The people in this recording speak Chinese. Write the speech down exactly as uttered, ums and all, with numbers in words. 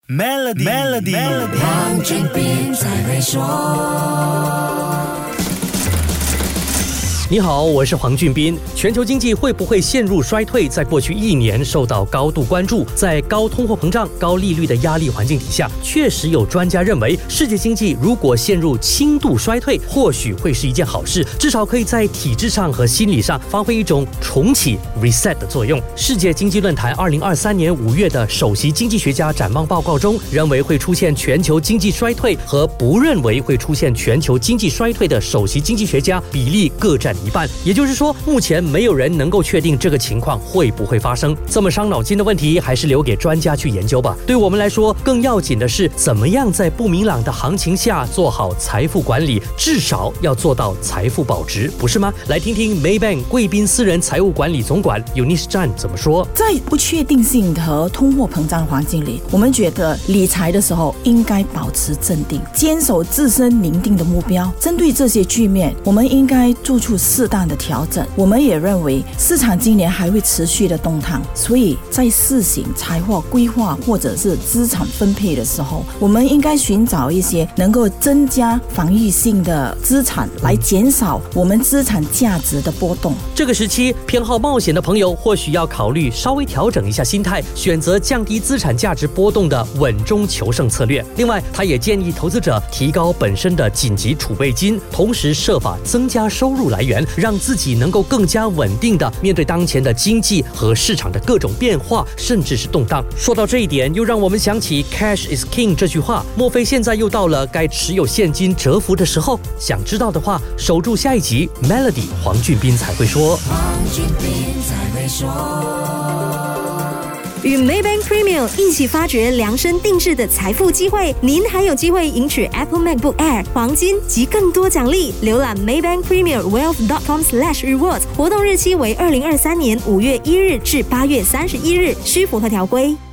Melody Melody， 黄俊斌才会说。 你好，我是黄俊斌。全球经济会不会陷入衰退，在过去一年受到高度关注。在高通货膨胀、高利率的压力环境底下，确实有专家认为，世界经济如果陷入轻度衰退，或许会是一件好事，至少可以在体制上和心理上发挥一种重启 reset 的作用。世界经济论坛二零二三年五月的首席经济学家展望报告中，认为会出现全球经济衰退和不认为会出现全球经济衰退的首席经济学家比例各占一半，也就是说，目前没有人能够确定这个情况会不会发生。这么伤脑筋的问题，还是留给专家去研究吧。对我们来说，更要紧的是怎么样在不明朗的行情下做好财富管理，至少要做到财富保值，不是吗？来听听 Maybank 贵宾私人财务管理总管 Eunice Chan 怎么说。 在不确定性和通货膨胀环境里，我们觉得理财的时候应该保持镇定，坚守自身拟定的目标。针对这些局面，我们应该做出适当的调整。我们也认为市场今年还会持续的动荡，所以在试行财务规划或者是资产分配的时候，我们应该寻找一些能够增加防御性的资产，来减少我们资产价值的波动。 这个时期，偏好冒险的朋友或许要考虑稍微调整一下心态，选择降低资产价值波动的稳中求胜策略。另外，他也建议投资者提高本身的紧急储备金，同时设法增加收入来源，让自己能够更加稳定的面对当前的经济和市场的各种变化，甚至是动荡。说到这一点，又让我们想起 Cash is King 这句话，莫非现在又到了该持有现金蛰伏的时候？想知道的话，守住下一集 Melody 黄俊斌才会说。 黄俊斌才会说。 与 Maybank Premium 一起发掘量身定制的财富机会，您还有机会赢取 Apple MacBook Air、黄金及更多奖励。浏览 Maybank Premier Wealth dot com slash rewards， 活动日期为二零二三年五月一日至八月三十一日，需符合条规。